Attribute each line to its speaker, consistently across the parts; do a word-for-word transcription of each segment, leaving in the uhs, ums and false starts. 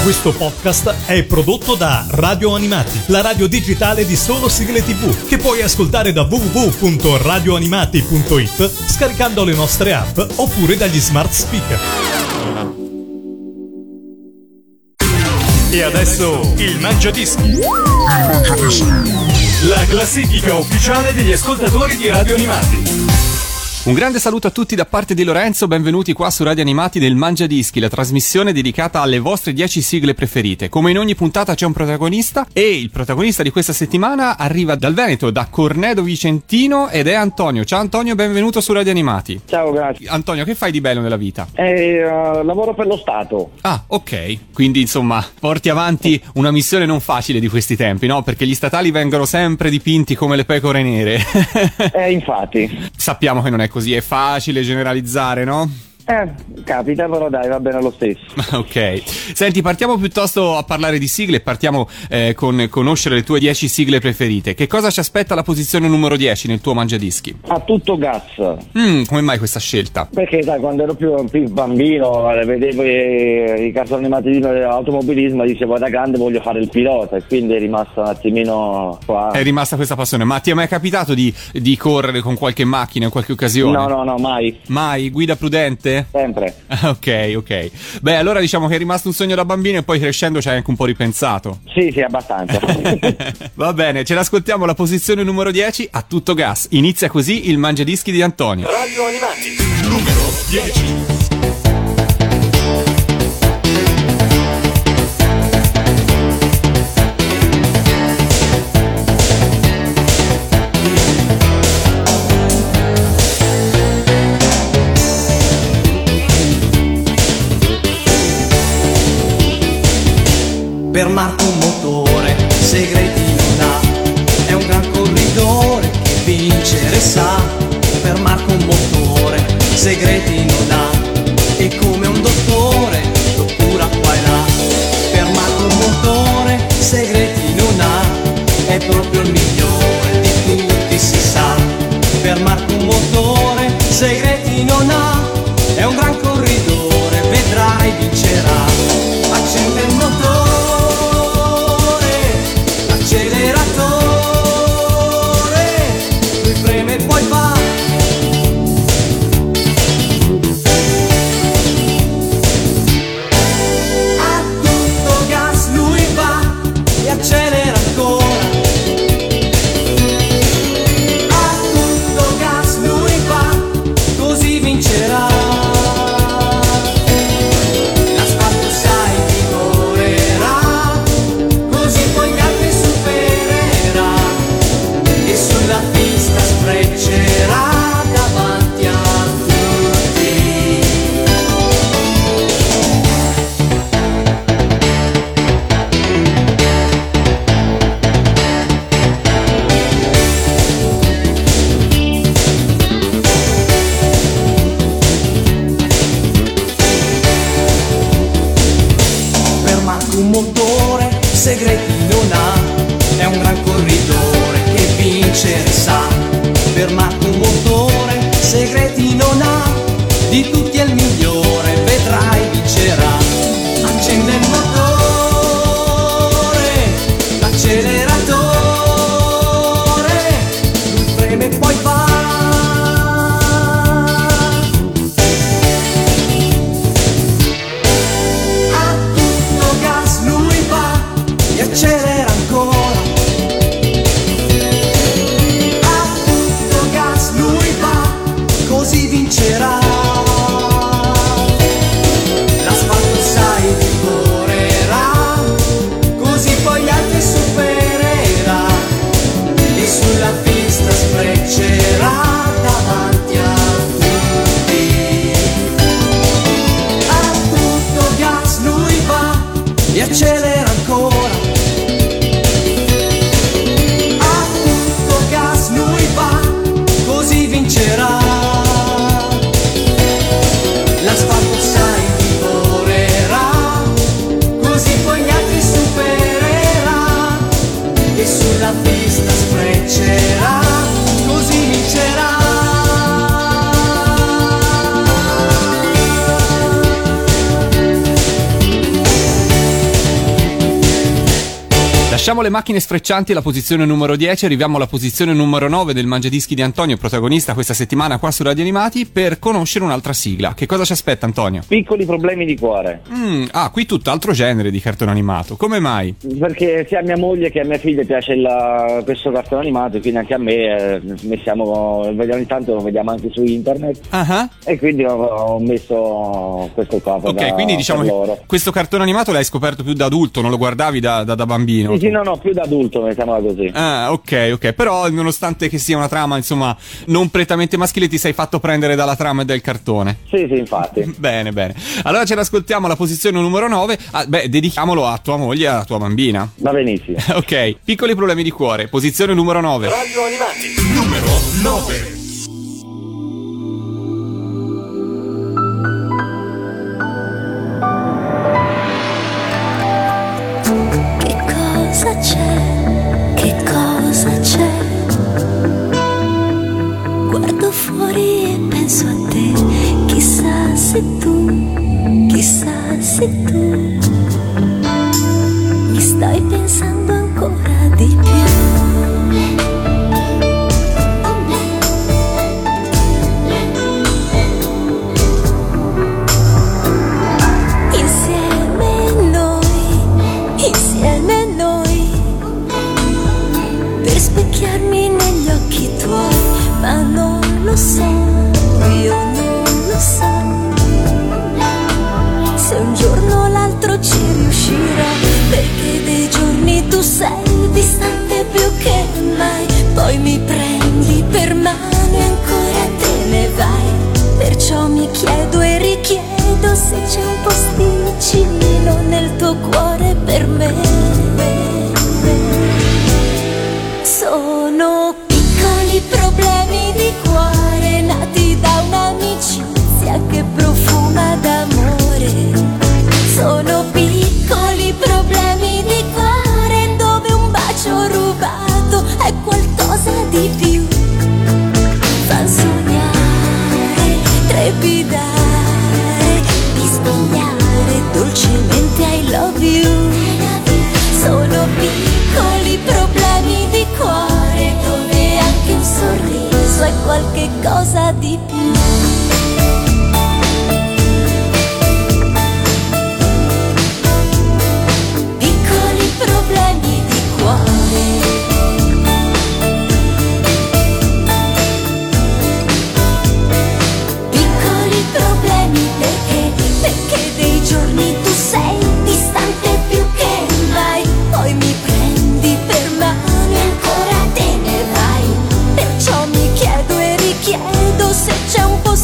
Speaker 1: Questo podcast è prodotto da Radio Animati, la radio digitale di solo sigle tivù, che puoi ascoltare da w w w punto radio animati punto i t scaricando le nostre app oppure dagli smart speaker. E adesso il Mangiadischi. La classifica ufficiale degli ascoltatori di Radio Animati.
Speaker 2: Un grande saluto a tutti da parte di Lorenzo, benvenuti qua su Radio Animati del Mangiadischi, la trasmissione dedicata alle vostre dieci sigle preferite. Come in ogni puntata c'è un protagonista e il protagonista di questa settimana arriva dal Veneto, da Cornedo Vicentino, ed è Antonio. Ciao Antonio, benvenuto su Radio Animati.
Speaker 3: Ciao, grazie.
Speaker 2: Antonio, che fai di bello nella vita?
Speaker 3: Eh, uh, lavoro per lo Stato.
Speaker 2: Ah, ok. Quindi insomma porti avanti una missione non facile di questi tempi, no? Perché gli statali vengono sempre dipinti come le pecore nere.
Speaker 3: Eh, infatti.
Speaker 2: Sappiamo che non è così, è facile generalizzare, no?
Speaker 3: Eh, capita, però dai, va bene lo stesso.
Speaker 2: Ok. Senti, partiamo piuttosto a parlare di sigle, partiamo eh, con conoscere le tue dieci sigle preferite. Che cosa ci aspetta alla posizione numero dieci nel tuo Mangiadischi?
Speaker 3: A tutto gas.
Speaker 2: Mm, come mai questa scelta?
Speaker 3: Perché sai, quando ero più, più bambino vedevo i, i cartoni animati dell'automobilismo e dicevo da grande voglio fare il pilota, e quindi è rimasta un attimino qua. È
Speaker 2: rimasta questa passione. Ma ti è mai capitato di, di correre con qualche macchina in qualche occasione?
Speaker 3: No, no, no, mai.
Speaker 2: Mai? Guida prudente?
Speaker 3: Sempre.
Speaker 2: Ok, ok. Beh, allora diciamo che è rimasto un sogno da bambino e poi crescendo ci hai anche un po' ripensato.
Speaker 3: Sì, sì, abbastanza.
Speaker 2: Va bene, ce l'ascoltiamo alla posizione numero dieci, a tutto gas. Inizia così il Mangiadischi di Antonio.
Speaker 1: Radio Animati, numero dieci.
Speaker 4: Per Marco un motore, segreti non ha, è un gran corridore che vincere sa. Per Marco un motore, segreti non ha, è come un dottore, lo cura qua e là. Per Marco un motore, segreti non ha, è proprio il migliore di tutti si sa. Per Marco un motore, segreti non ha, è un gran corridore, vedrai vincerà. Accende il motore, lui preme e poi va. A tutto gas lui va e accelera ancora. A tutto gas lui va, così vincerà. L'asfalto sai vigorerà, così poi gli altri supererà e sulla pista sfreccerà davanti a tutti. Per Marco un motore, segreti non ha, è un gran corridore che vincere sa. Per Marco un motore, segreti non ha, di tutti è il migliore, vedrai vincerà. Accende il motore, l'acceleratore, lui preme e poi va. A tutto gas lui va e accelera ancora. A tutto gas lui va, così vincerà. L'asfalto sai vigorerà, così poi gli altri supererà e sulla pista sfreccerà davanti a tutti. A tutto gas lui va e accelera ancora. A tutto gas lui va, così vincerà. L'asfalto sai vigorerà, così poi gli altri supererà e sulla pista sfreccerà, così vincerà.
Speaker 2: Lasciamo le macchine sfreccianti alla posizione numero dieci, arriviamo alla posizione numero nove del Mangiadischi di Antonio, protagonista questa settimana qua su Radio Animati, per conoscere un'altra sigla. Che cosa ci aspetta, Antonio?
Speaker 3: Piccoli problemi di cuore.
Speaker 2: Mm, ah, qui tutt'altro genere di cartone animato. Come mai?
Speaker 3: Perché sia a mia moglie che a mia figlia piace il, questo cartone animato, e quindi anche a me eh, mettiamo, vediamo, intanto lo vediamo anche su internet.
Speaker 2: Uh-huh.
Speaker 3: E quindi ho, ho messo questo qua per,
Speaker 2: ok,
Speaker 3: da,
Speaker 2: quindi diciamo che
Speaker 3: loro.
Speaker 2: Questo cartone animato l'hai scoperto più da adulto, non lo guardavi da, da, da bambino?
Speaker 3: Sì, sì, no, no, più da adulto, mettiamola così.
Speaker 2: Ah, ok, ok, però nonostante che sia una trama, insomma, non prettamente maschile, ti sei fatto prendere dalla trama e del cartone.
Speaker 3: Sì, sì, infatti.
Speaker 2: Bene, bene. Allora ce l'ascoltiamo alla posizione numero nove. Ah, beh, dedichiamolo a tua moglie e alla tua bambina.
Speaker 3: Va benissimo.
Speaker 2: Ok, piccoli problemi di cuore, posizione numero nove.
Speaker 1: Radio Animati, numero nove.
Speaker 5: Cosa c'è? Che cosa c'è? Guardo fuori e penso a te. Chissà se tu, chissà se tu mi stai pensando ancora di più. Specchiarmi negli occhi tuoi, ma non lo so, io non lo so, se un giorno o l'altro ci riuscirò, perché dei giorni tu sei distante più che mai, poi mi prendi per mano e ancora te ne vai, perciò mi chiedo e richiedo se c'è un posticino nel tuo cuore per me. Sono piccoli problemi di cuore nati da un'amicizia che profuma d'amore. Sono piccoli problemi di cuore dove un bacio rubato è qualcosa di più. Fan sognare, trepidare, bisbigliare dolcemente I love you. Sono piccoli problemi di cuore dove anche un sorriso è qualche cosa di più. Piccoli problemi di cuore. Piccoli problemi perché, perché dei giorni tu sei distante più che mai, poi mi prendi per mano e ancora te ne vai, perciò mi chiedo e richiedo se c'è un po'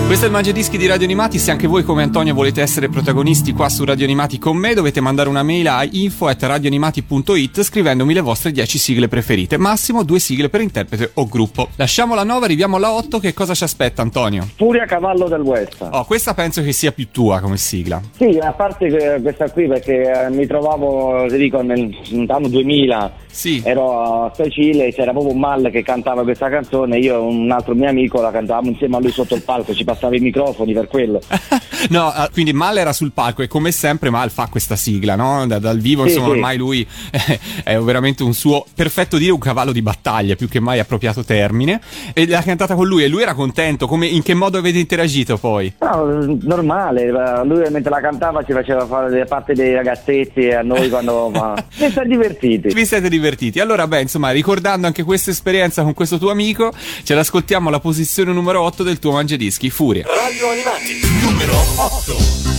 Speaker 2: Questo è il Mangiadischi di Radio Animati. Se anche voi come Antonio volete essere protagonisti qua su Radio Animati con me, dovete mandare una mail a info at radioanimati punto it scrivendomi le vostre dieci sigle preferite. Massimo due sigle per interprete o gruppo. Lasciamo la nove, arriviamo alla otto. Che cosa ci aspetta, Antonio?
Speaker 3: Furia Cavallo del West.
Speaker 2: Oh, questa penso che sia più tua come sigla.
Speaker 3: Sì, a parte que- questa qui perché eh, mi trovavo, ti dico, nel anno duemila.
Speaker 2: Sì.
Speaker 3: Ero a Sicilia e c'era proprio Mal che cantava questa canzone, io e un altro mio amico la cantavamo insieme a lui sotto il palco, ci passava i microfoni per quello.
Speaker 2: No, quindi Mal era sul palco e come sempre Mal fa questa sigla, no? Da, dal vivo,
Speaker 3: Sì,
Speaker 2: insomma,
Speaker 3: sì.
Speaker 2: ormai lui eh, è veramente un suo, perfetto dire, un cavallo di battaglia, più che mai appropriato termine. E l'ha cantata con lui e lui era contento. Come, in che modo avete interagito poi?
Speaker 3: No, normale, lui mentre la cantava ci faceva fare le parti dei ragazzetti e a noi quando ma... ci siamo divertiti.
Speaker 2: Vi siete divertiti. Allora, beh, insomma, ricordando anche questa esperienza con questo tuo amico, ce l'ascoltiamo alla posizione numero otto del tuo Mangiadischi, Furia.
Speaker 1: Radio Animati, numero otto.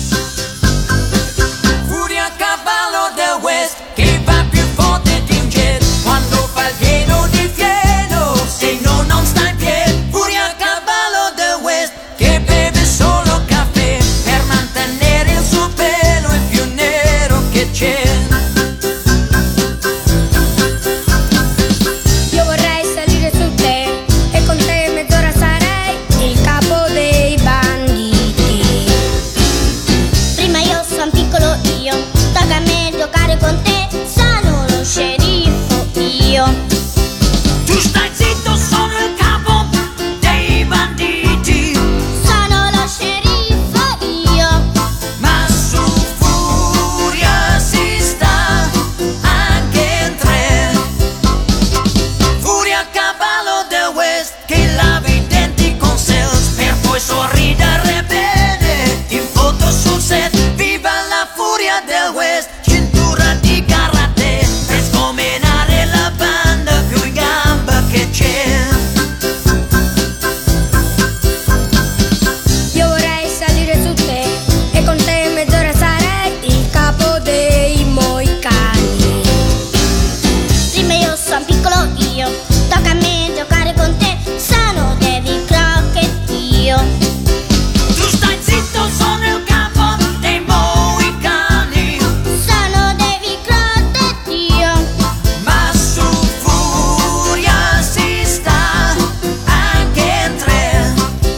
Speaker 4: Furia cavallo del West che va più forte di un jet quando fa il pieno di fieno, se no non sta in piedi. Furia cavallo del West che beve solo caffè per mantenere il suo pelo il più nero che c'è.
Speaker 6: Io vorrei salire su te e con te mezz'ora sarei il capo dei banditi. Prima io son piccolo io, tocca a me giocare con te, sono lo sceriffo io.
Speaker 4: Tu stai zitto, sono il capo dei banditi.
Speaker 6: Sono lo sceriffo io.
Speaker 4: Ma su Furia si sta anche in tre. Furia cavallo del West che lava i denti con Sells per poi sorridere bene in foto sul set. Viva la Furia del West, cintura di karate per sgomenare la banda più in gamba che c'è.
Speaker 6: Io vorrei salire su te e con te mezz'ora sarei il capo dei moicani. Prima io son piccolo io, tocca a me giocare con te, sono Davy Crockett io.
Speaker 4: Tu stai zitto, sono il capo dei mohicani.
Speaker 6: Sono Davy Crockett io.
Speaker 4: Ma su Furia si sta anche in tre.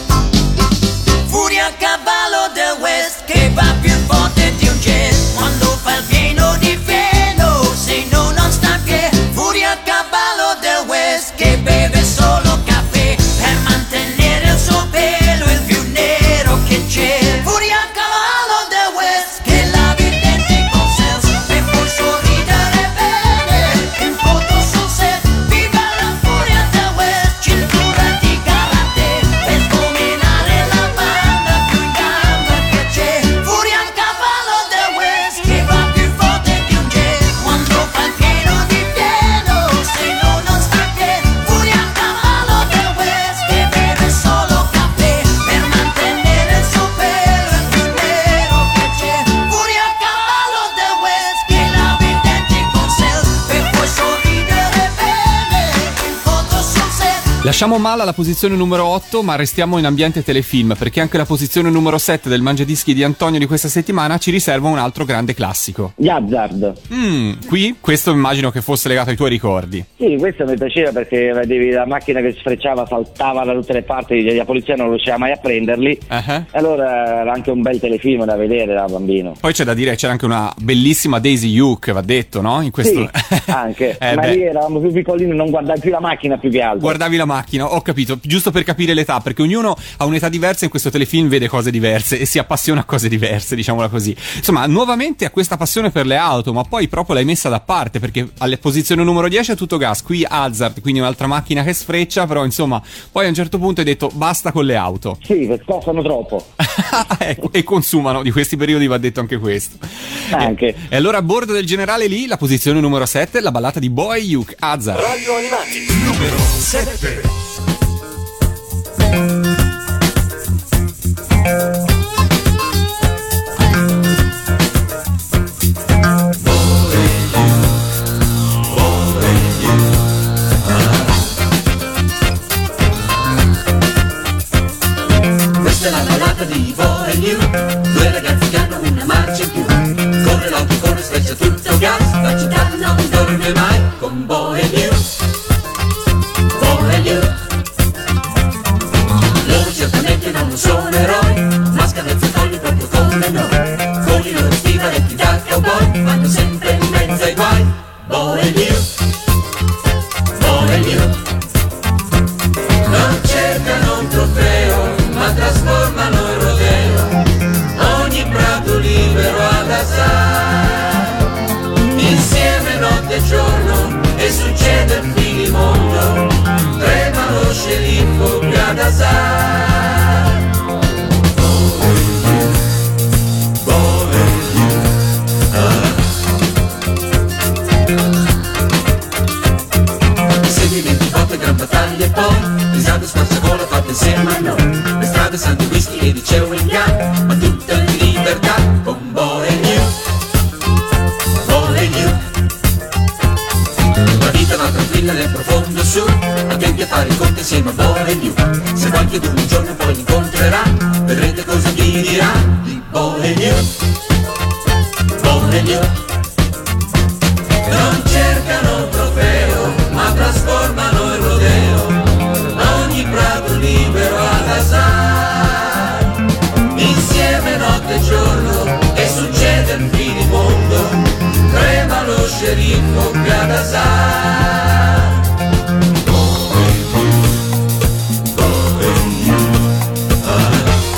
Speaker 4: Furia cavallo del West che va più forte di un jet quando fa il pieno di fieno, se no non sta in piedi. Furia cavallo del West che beve solo caffè per mantenere il suo pelo il più nero che c'è. Furia cavallo del West che lava i denti con Sells e poi sorridere bene in foto sul set. Viva la Furia del West, cintura di karate per sgomenare la banda più in gamba che c'è. Furia cavallo del West che va più forte di un jet quando fa il pieno di pieno, se no non sta in piedi. Furia cavallo del West che beve solo caffè per mantenere il suo pelo il più nero che c'è. Furia cavallo del West che lava i denti con Sells per poi sorridere bene in foto sul set.
Speaker 2: Lasciamo Mal alla posizione numero otto, ma restiamo in ambiente telefilm, perché anche la posizione numero sette del Mangiadischi di Antonio di questa settimana ci riserva un altro grande classico.
Speaker 3: Gli Hazard.
Speaker 2: Mm, qui questo immagino che fosse legato ai tuoi ricordi.
Speaker 3: Sì, questo mi piaceva perché vedevi la macchina che sfrecciava, saltava da tutte le parti, la polizia non riusciva mai a prenderli.
Speaker 2: Uh-huh.
Speaker 3: E allora era anche un bel telefilm da vedere da bambino.
Speaker 2: Poi c'è da dire che c'era anche una bellissima Daisy Duke, va detto, no? In questo...
Speaker 3: Sì, anche.
Speaker 2: Eh,
Speaker 3: Ma
Speaker 2: beh.
Speaker 3: lì eravamo più piccolini, non guardavi più la macchina più che altro.
Speaker 2: Guardavi la macchina, ho capito, giusto per capire l'età, perché ognuno ha un'età diversa e in questo telefilm vede cose diverse e si appassiona a cose diverse, diciamola così. Insomma, nuovamente ha questa passione per le auto, ma poi proprio l'hai messa da parte, perché alla posizione numero dieci è tutto gas, qui Hazard, quindi un'altra macchina che sfreccia, però insomma, poi a un certo punto hai detto basta con le auto.
Speaker 3: Sì, costano troppo.
Speaker 2: Ecco, e consumano, di questi periodi va detto anche questo.
Speaker 3: Anche.
Speaker 2: E, e allora a bordo del generale lì, la posizione numero sette, la ballata di Boy Luke, Hazard.
Speaker 1: Radio Animati, numero sette.
Speaker 4: This
Speaker 7: Questa è la ballata di Bo e Liu, due ragazzi che hanno una marcia in più. Corre l'auto, corre, sfreccia tutto gas, la città non dorme mai con Bo e Liu. Bo e Liu. Loro certamente non sono eroi, ma scavezzatori proprio come noi. Con i loro stivaletti da cowboy, vanno sempre in mezzo ai guai. Bo e Liu. Bo e Liu. Non cercano un trofeo, ma trasformano il rodeo, ogni prato libero ad assai. Insieme notte e giorno, e succede il finimondo, trema lo sceriffo qui ad assai. Seguimenti, botte, gran battaglia e poi risate, spazzagola fatte insieme a noi. Le strade sanno whisky e di chewing gum, ma tutta in libertà con Bo e Liu. Bo e Liu. La vita va tranquilla nel profondo sud, attenti a fare i conti insieme a Bo e Liu. Se qualche un giorno poi li incontrerà, vedrete cosa vi dirà di Bo e Liu. Bo e Liu. Non cercano un trofeo, ma trasformano il rodeo, ogni prato libero ad assai. Insieme notte e giorno, e succede il finimondo, trema lo sceriffo qui ad assai. Bo e Liu, Bo e Liu, ah.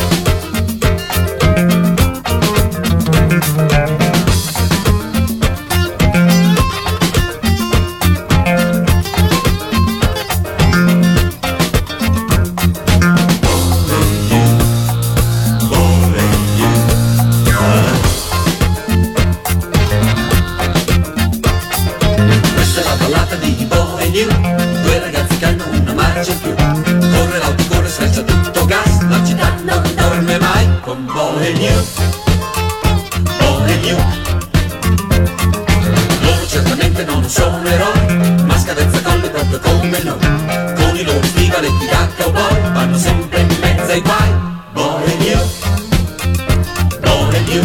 Speaker 7: Due ragazzi che hanno una marcia in più. Corre l'auto, corre, sfreccia tutto gas, la città non dorme mai con Bo e Liu. Bo e Liu. Loro certamente non sono eroi, ma scavezzacolli proprio come noi. Con i loro stivaletti da cowboy, vanno sempre in mezzo ai guai. Bo e Liu. Bo e Liu.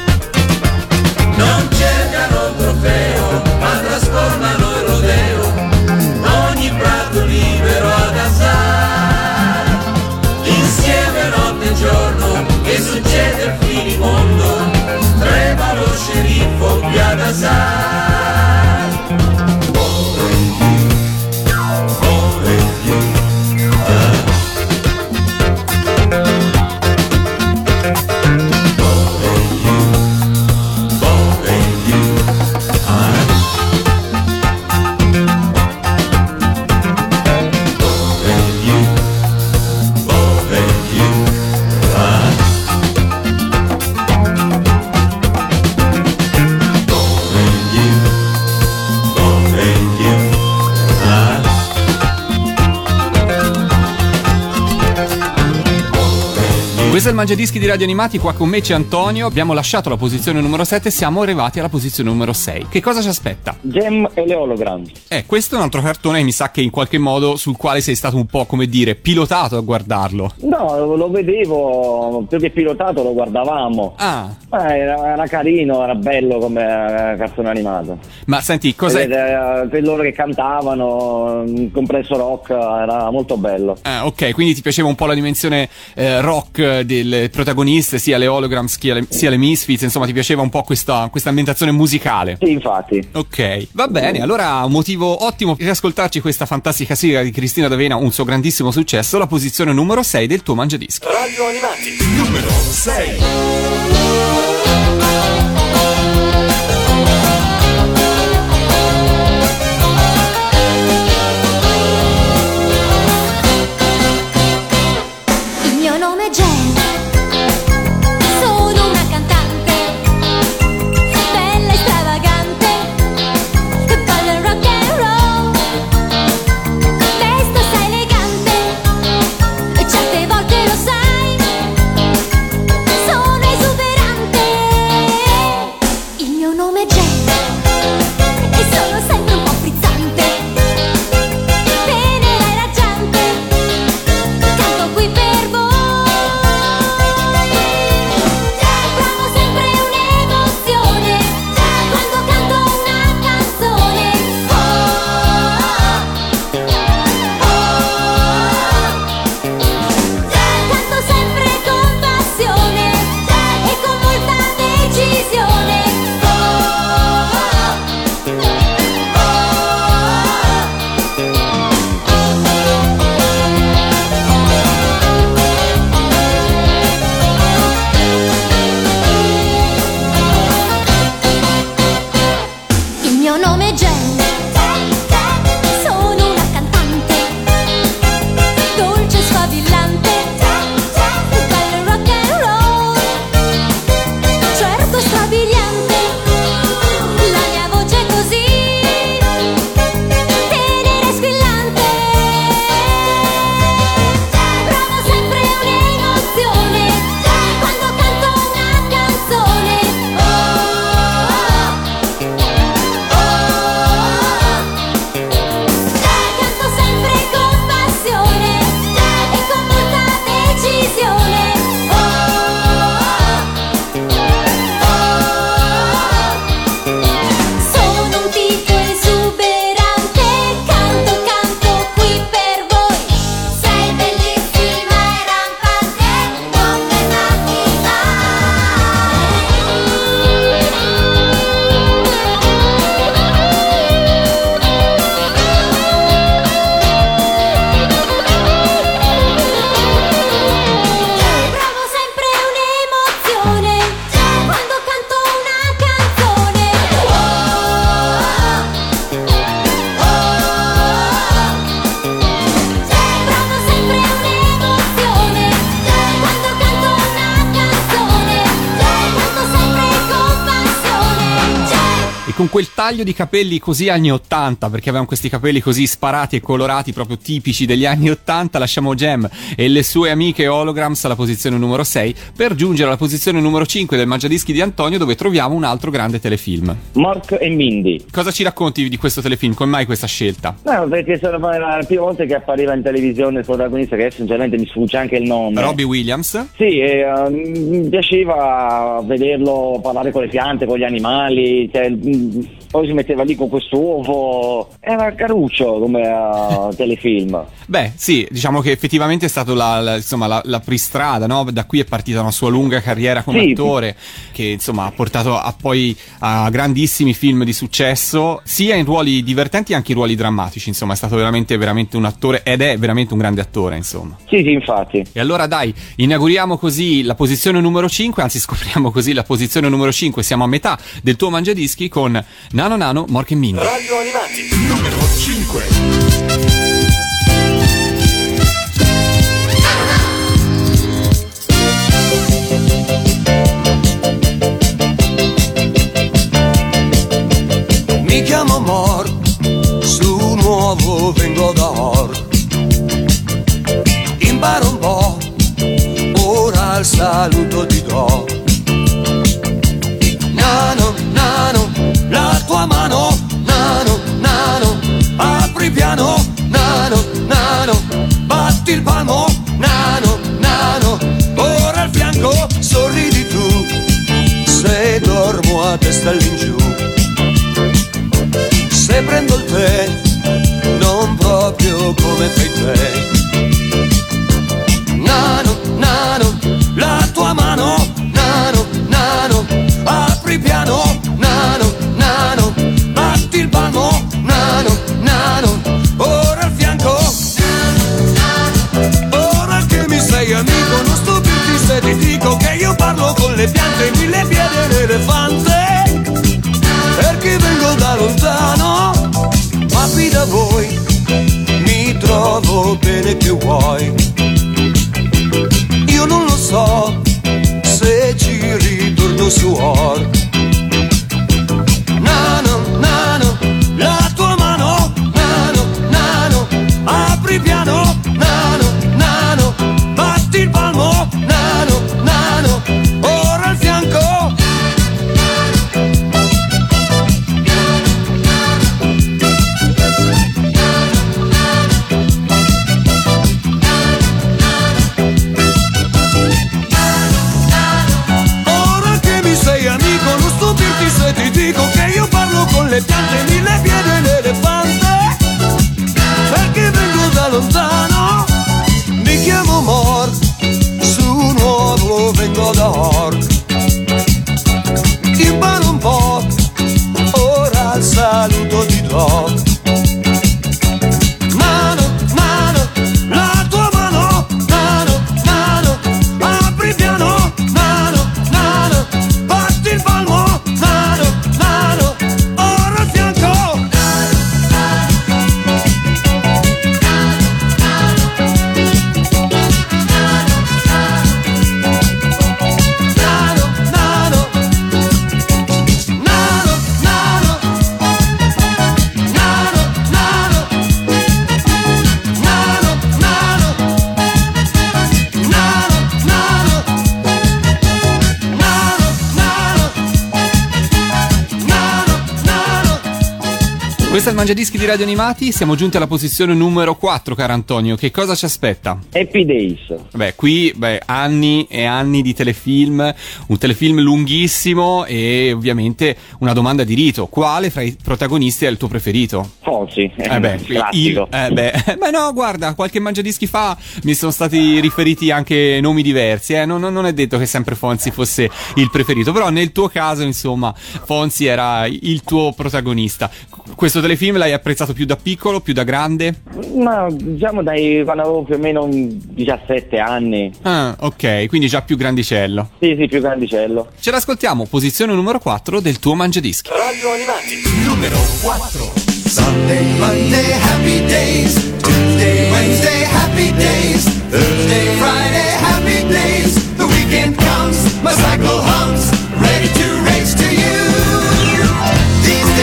Speaker 7: Non cercano un trofeo, ma trasformano il rodeo, ogni prato libero ad assai. Insieme notte e giorno, che succede il finimondo, trema lo sceriffo qui ad assai. Bo e Liu, Bo e Liu, ah. Bo e Liu, Bo e Liu, ah.
Speaker 2: Questo è il Mangiadischi di Radio Animati, qua con me c'è Antonio. Abbiamo lasciato la posizione numero sette e siamo arrivati alla posizione numero sei. Che cosa ci aspetta?
Speaker 3: Gem e le hologram.
Speaker 2: Eh, questo è un altro cartone, mi sa che in qualche modo sul quale sei stato un po', come dire, pilotato a guardarlo.
Speaker 3: No, lo vedevo, più che pilotato lo guardavamo.
Speaker 2: Ah.
Speaker 3: Eh, era, era carino, era bello come eh, cartone animato.
Speaker 2: Ma senti, cos'è?
Speaker 3: Eh, per loro che cantavano, compreso rock, era molto bello.
Speaker 2: Ah, ok, quindi ti piaceva un po' la dimensione eh, rock delle protagoniste, sia le holograms sia le, sia le Misfits, insomma ti piaceva un po' questa, questa ambientazione musicale.
Speaker 3: Sì, infatti.
Speaker 2: Ok, va bene, allora un motivo ottimo per ascoltarci questa fantastica sigla di Cristina D'Avena, un suo grandissimo successo, la posizione numero sei del tuo Mangiadischi.
Speaker 8: Radio Animati, numero sei.
Speaker 5: Tenera e raggiante, canto qui per voi.
Speaker 2: con quel taglio di capelli così anni ottanta, perché avevano questi capelli così sparati e colorati proprio tipici degli anni ottanta, lasciamo Gem e le sue amiche Holograms alla posizione numero sei per giungere alla posizione numero cinque del Mangiadischi di Antonio, dove troviamo un altro grande telefilm,
Speaker 3: Mork e Mindy.
Speaker 2: Cosa ci racconti di questo telefilm? Come mai questa scelta?
Speaker 3: No, perché sono la prima volta che appariva in televisione il protagonista, che adesso sinceramente mi sfugge anche il nome.
Speaker 2: Robbie Williams?
Speaker 3: Sì, e, uh, mi piaceva vederlo parlare con le piante, con gli animali, cioè, mh, poi si metteva lì con questo uovo, era caruccio come uh, telefilm.
Speaker 2: Beh, sì, diciamo che effettivamente è stato la, la, insomma, la, la pristrada, no? Da qui è partita una sua lunga carriera come
Speaker 3: Sì.
Speaker 2: attore, che insomma ha portato a poi a grandissimi film di successo, sia in ruoli divertenti anche in ruoli drammatici. Insomma, è stato veramente veramente un attore, ed è veramente un grande attore, insomma.
Speaker 3: Sì, sì, infatti.
Speaker 2: E allora dai, inauguriamo così la posizione numero cinque, anzi scopriamo così la posizione numero cinque, siamo a metà del tuo Mangiadischi con Nano Nano, Mork e Mindy.
Speaker 8: Radio Animati, numero cinque.
Speaker 4: Mi chiamo Mork, su nuovo vengo da Ork. Imparo un po', ora il saluto ti do. Nano, nano, la tua mano, nano, nano, apri piano, nano, nano, batti il palmo, nano, nano, ora al fianco, sorridi tu, se dormo a testa all'ingiù. Se prendo il tè, non proprio come fai te. Nano, nano, la tua mano, nano, nano, apri piano, nano, nano, batti il palmo, nano, nano, ora al fianco. Ora che mi sei amico, non stupirti se ti dico che io parlo con le piante e mille piedi l'elefante. Perché vengo da lontano, ma qui da voi mi trovo bene che vuoi. Io non lo so se ci ritorno su Ork. Nano, nano, la tua mano, nano, nano, apri piano, nano, nano, batti il palmo, nano, nano, ora al fianco. Se ti dico che io parlo con le piante, mille piedi e l'elefante, perché vengo da lontano, mi chiamo Mork, su nuovo vengo da Ork. Imparo un po', ora il saluto ti do. Mano, mano, la tua mano, mano, mano, apri piano, mano, mano, batti il palmo.
Speaker 2: Questo è il Mangiadischi di Radio Animati, siamo giunti alla posizione numero quattro, caro Antonio. Che cosa ci aspetta?
Speaker 3: Happy Days.
Speaker 2: Beh, qui beh, anni e anni di telefilm, un telefilm lunghissimo e ovviamente una domanda di rito. Quale fra i protagonisti è il tuo preferito?
Speaker 3: Fonzi,
Speaker 2: Eh beh,
Speaker 3: classico.
Speaker 2: il- eh beh, beh no, guarda, qualche Mangiadischi fa mi sono stati riferiti anche nomi diversi, eh. non, non è detto che sempre Fonzi fosse il preferito, però nel tuo caso, insomma, Fonzi era il tuo protagonista. Questo telefilm l'hai apprezzato più da piccolo, più da grande?
Speaker 3: Ma diciamo dai quando avevo più o meno diciassette anni.
Speaker 2: Ah, ok, quindi già più grandicello.
Speaker 3: Sì, sì, più grandicello.
Speaker 2: Ce l'ascoltiamo, posizione numero quattro del tuo Mangiadischi.
Speaker 8: Radio Animati, numero quattro.
Speaker 9: Sunday, Monday, happy days. Tuesday, Wednesday, happy days. Thursday, Friday, happy days. The weekend comes, my cycle hums, ready to race to you. These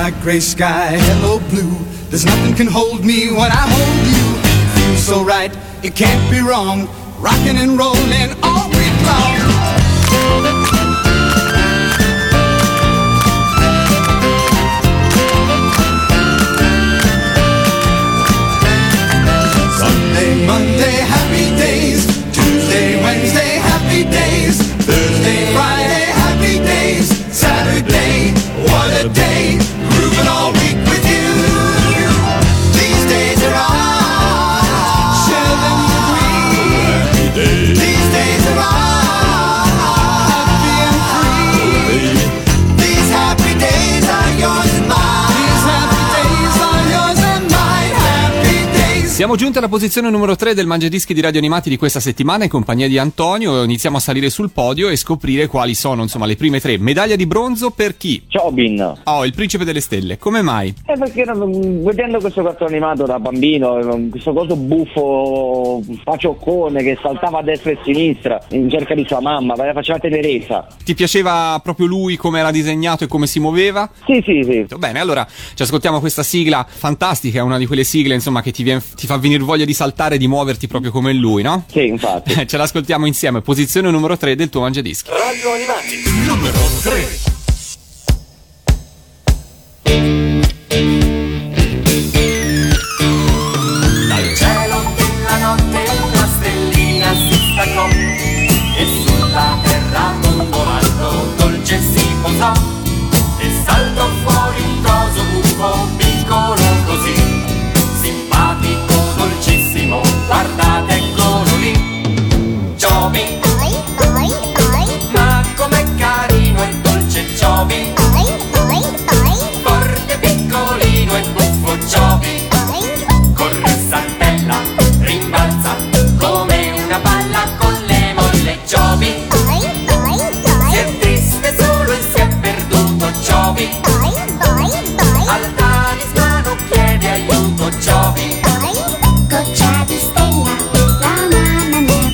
Speaker 9: like gray sky, hello blue. There's nothing can hold me when I hold you. Feels so right, it can't be wrong. Rocking and rolling all week long. Sunday, Monday, happy days. Tuesday, Wednesday, happy days. Thursday, Friday, happy days. Saturday, what a day. Grooving all week with you. These days are all. Share them with me. These days are all. Happy and free. These happy days are yours and mine. These happy days are yours and mine. Happy days.
Speaker 2: Siamo giunti alla posizione numero tre del Mangiadischi di Radio Animati di questa settimana in compagnia di Antonio. Iniziamo a salire sul podio e scoprire quali sono, insomma, le prime tre. Medaglia di bronzo per chi?
Speaker 3: Chobin.
Speaker 2: Oh, il principe delle stelle. Come mai?
Speaker 3: Eh, perché mm, vedendo questo cartone animato da bambino, eh, questo coso buffo, facioccone che saltava a destra e a sinistra in cerca di sua mamma, faceva tenerezza.
Speaker 2: Ti piaceva proprio lui, come era disegnato e come si muoveva?
Speaker 3: Sì, sì, sì.
Speaker 2: Bene, allora ci ascoltiamo questa sigla fantastica, è una di quelle sigle, insomma, che ti, vien- ti fa venire voglia di saltare e di muoverti proprio come lui, no?
Speaker 3: Sì, infatti.
Speaker 2: Ce l'ascoltiamo insieme, posizione numero tre del tuo Mangiadischi.
Speaker 8: Radio Animati, numero tre.
Speaker 7: Dal cielo della notte una stellina si staccò e sulla terra dondolando dolce si posò e saltò fuori un coso buffo piccolo così, simpatico, dolcissimo, guardate eccolo lì. Chobin, ma com'è carino e dolce Chobin, forte, piccolino e buffo Chobin, corre, saltella, rimbalza come una palla con le molle Chobin, si è triste solo e si è perduto Chobin, al talismano chiede aiuto Chobin.
Speaker 5: Goccia di stella, la mamma mia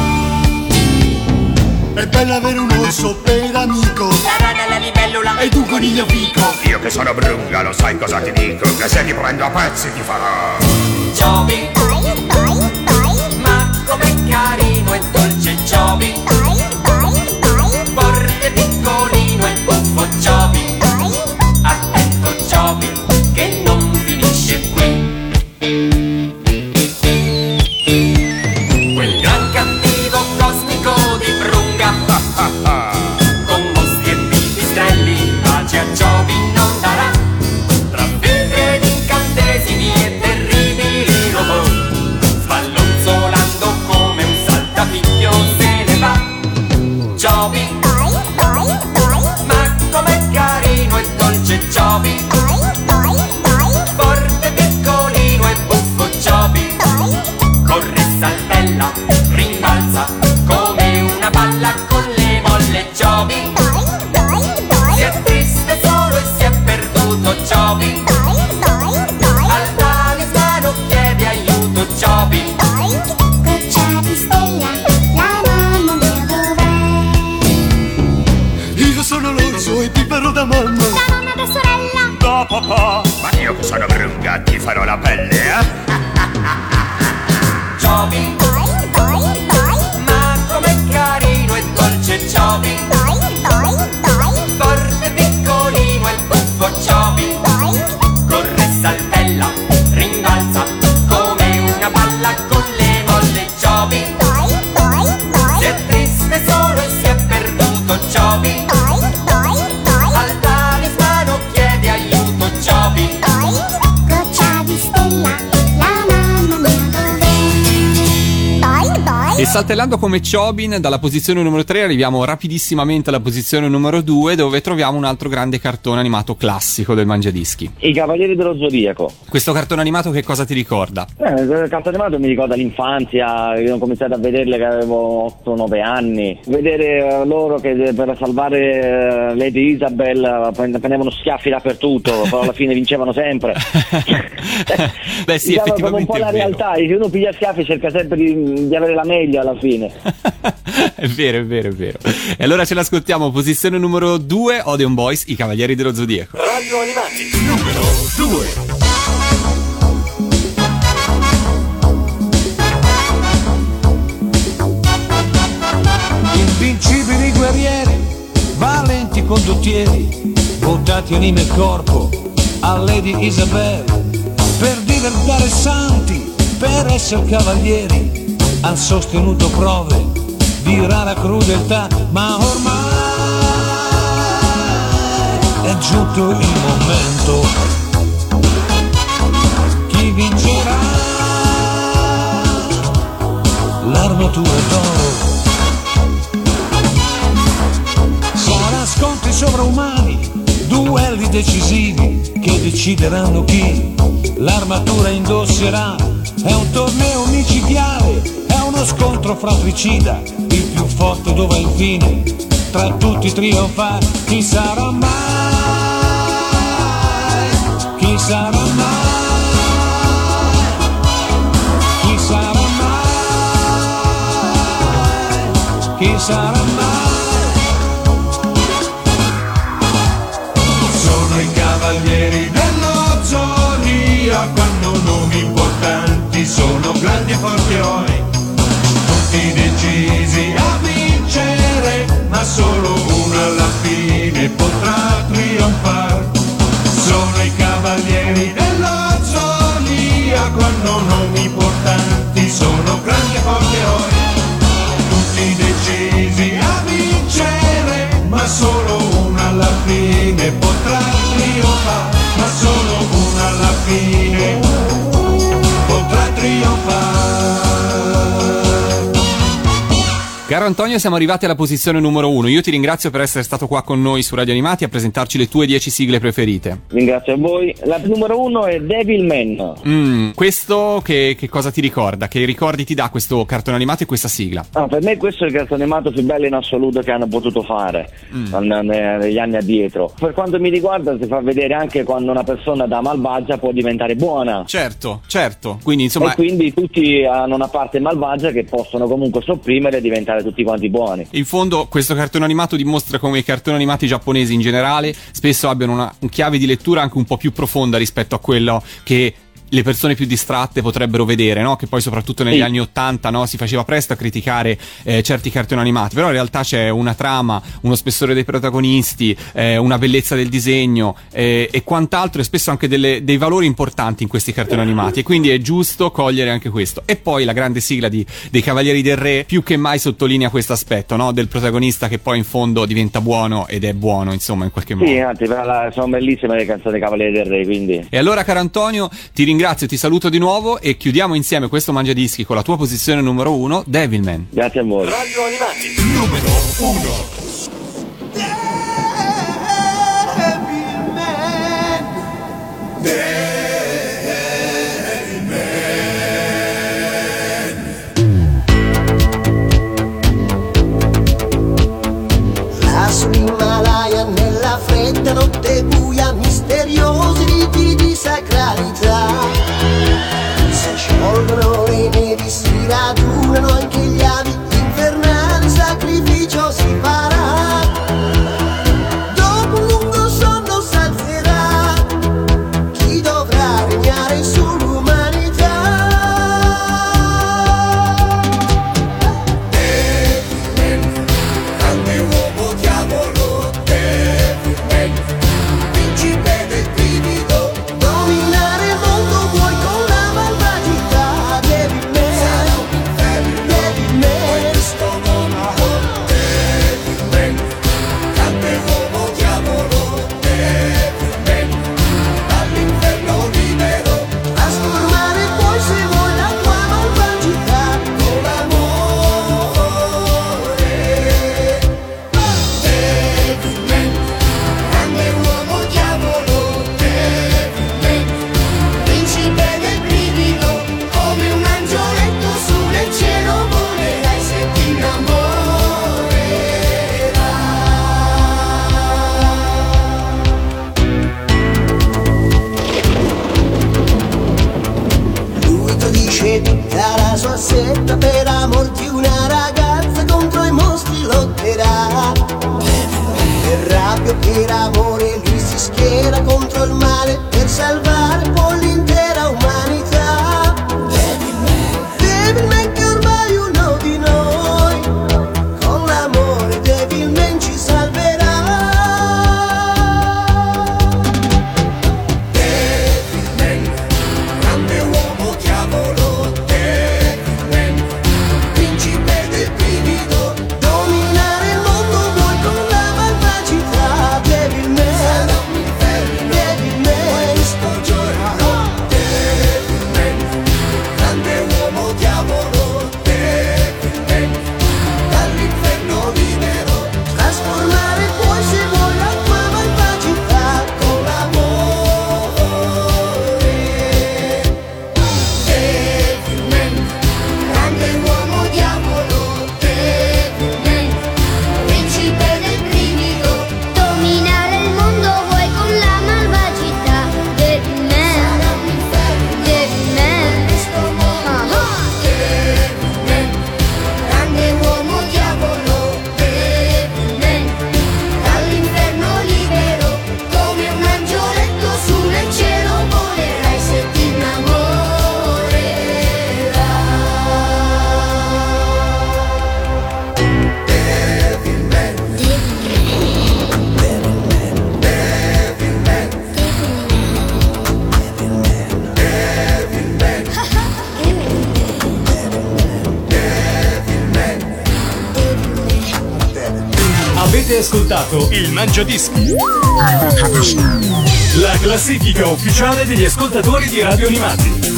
Speaker 5: dov'è?
Speaker 9: È bello avere un orso per amico.
Speaker 7: La rana, la libellula
Speaker 9: E tu coniglio fico.
Speaker 10: Io che sono Brunga, lo sai cosa ti dico? Che se ti prendo a pezzi ti farò.
Speaker 7: Chobin, ma com'è carino e dolce Chobin, forte, piccolino e buffo Chobin, attento Chobin che non finisce qui. Quel gran cattivo cosmico di Brunga, con mostri e pipistrelli, pace a Chobin non darà. Tra filtri ed incantesimi e terribili robot, sballonzolando come un saltapicchio se ne va. Chobin, ma com'è carino e dolce Chobin, forte, piccolino e buffo Chobin, corre, saltella, rimbalza come una palla con le molle Chobin, si è triste solo e si è perduto Chobin, al talismano chiede aiuto Chobin.
Speaker 5: Goccia di stella, la mamma mia dov'è?
Speaker 9: Io sono l'orso e ti farò da mamma.
Speaker 5: Da nonna, da sorella,
Speaker 9: Da papà.
Speaker 10: Ma io che sono Brunga ti farò la pelle, eh?
Speaker 7: Chobin, ma com'è carino e dolce Chobin, forte, piccolino e buffo Chobin, corre, saltella, rimbalza come una palla con le molle Chobin, si è triste solo e si è perduto Chobin, al talismano chiede aiuto Chobin.
Speaker 5: goccia di stella, la mamma mia dov'è?
Speaker 2: E saltellando come Chobin, dalla posizione numero tre arriviamo rapidissimamente alla posizione numero due, dove troviamo un altro grande cartone animato classico del Mangiadischi.
Speaker 3: I Cavalieri dello Zodiaco.
Speaker 2: Questo cartone animato che cosa ti ricorda?
Speaker 3: Eh, il cartone animato mi ricorda l'infanzia, io ho cominciato a vederle che avevo otto nove anni, vedere eh, loro che eh, per salvare eh, Lady Isabel eh, prendevano schiaffi dappertutto, però alla fine vincevano sempre.
Speaker 2: Beh sì,
Speaker 3: Diciamo, come un
Speaker 2: effettivamente
Speaker 3: po'
Speaker 2: è
Speaker 3: la
Speaker 2: vero.
Speaker 3: realtà, se uno piglia schiaffi cerca sempre di, di avere la meglio, figlia alla fine.
Speaker 2: È vero, è vero, è vero. E allora ce l'ascoltiamo, posizione numero due, Odeon Boys, I Cavalieri dello Zodiaco.
Speaker 8: Radio Animati, numero due.
Speaker 11: Invincibili guerrieri, valenti condottieri, votati anima e corpo a Lady Isabel, per diventare santi, per essere cavalieri, han sostenuto prove di rara crudeltà, ma ormai è giunto il momento. Chi vincerà? L'armatura d'oro. Sarà scontri sovraumani, duelli decisivi che decideranno chi l'armatura indosserà. È un torneo micidiale, è uno scontro fratricida, il più forte dovrà infine tra tutti trionfare. Chi sarà mai? Chi sarà mai? Chi sarà mai? Chi sarà mai?
Speaker 9: Sono i cavalieri dello Zodiaco, hanno nomi importanti, sono grandi e forti eroi, tutti decisi a vincere, ma solo uno alla fine potrà trionfare. Sono i cavalieri dello Zodiaco, hanno nomi importanti, sono grandi e forti eroi, tutti decisi a vincere, ma solo uno alla fine potrà trionfare, ma solo uno alla fine potrà trionfare.
Speaker 2: Caro Antonio, siamo arrivati alla posizione numero uno. Io ti ringrazio per essere stato qua con noi su Radio Animati a presentarci le tue dieci sigle preferite.
Speaker 3: Ringrazio a voi. La numero uno è Devilman.
Speaker 2: Mm, questo che, che cosa ti ricorda? Che ricordi ti dà questo cartone animato e questa sigla?
Speaker 3: Ah, per me questo è il cartone animato più bello in assoluto che hanno potuto fare
Speaker 2: Mm.
Speaker 3: n- ne- negli anni addietro. Per quanto mi riguarda si fa vedere anche quando una persona da malvagia può diventare buona.
Speaker 2: Certo, certo. Quindi insomma
Speaker 3: E quindi tutti hanno una parte malvagia che possono comunque sopprimere e diventare tutti quanti buoni.
Speaker 2: in fondo questo cartone animato dimostra come i cartoni animati giapponesi in generale spesso abbiano una un chiave di lettura anche un po' più profonda rispetto a quello che le persone più distratte potrebbero vedere, no? Che poi soprattutto negli
Speaker 3: Sì.
Speaker 2: anni ottanta, no? Si faceva presto a criticare eh, certi cartoni animati, però in realtà c'è una trama, uno spessore dei protagonisti, eh, una bellezza del disegno eh, e quant'altro, e spesso anche delle, dei valori importanti in questi cartoni animati, e quindi è giusto cogliere anche questo. E poi la grande sigla di, dei Cavalieri del Re più che mai sottolinea questo aspetto, no? Del protagonista che poi in fondo diventa buono ed è buono, insomma, in qualche modo.
Speaker 3: Sì, anzi, per la- sono bellissime le canzoni dei Cavalieri del Re, quindi.
Speaker 2: E allora, caro Antonio, ti ringrazio, ti saluto di nuovo e chiudiamo insieme questo Mangiadischi con la tua posizione numero uno, Devilman.
Speaker 3: Grazie a voi.
Speaker 8: Radio Animati, numero uno.
Speaker 12: Lassù in Himalaya, nella fredda notte buia, misteriosi riti di sacralità. Si sciolgono le nevi, si radunano anche gli avi, l'infernale sacrificio si farà. Dopo un lungo sonno s'alzerà chi dovrà regnare sull'umanità.
Speaker 9: Grande uomo diavolo, Devilman, principe del brivido,
Speaker 12: Dominare il mondo vuoi con la malvagità. Devilman, Devilman,
Speaker 9: questo monaco, Devilman, grande uomo diavolo, Devilman, dall'inferno libero,
Speaker 12: trasformare poi se vuoi la tua malvagità.
Speaker 9: con l'amore. Devilman, grande uomo diavolo, Devilman, principe del brivido, come un angioletto su nel cielo volerai se ti innamorerai.
Speaker 12: Lui ti dice tutta la sua setta per amor di una
Speaker 1: ascoltato il Mangiadischi, la classifica ufficiale degli ascoltatori di Radio Animati.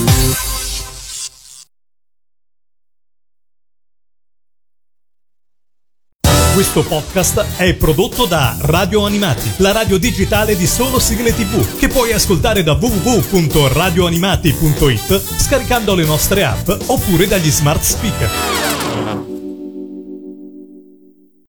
Speaker 1: Questo podcast è prodotto da Radio Animati, la radio digitale di solo sigle tivù, che puoi ascoltare da w w w punto radio animati punto it scaricando le nostre app oppure dagli smart speaker.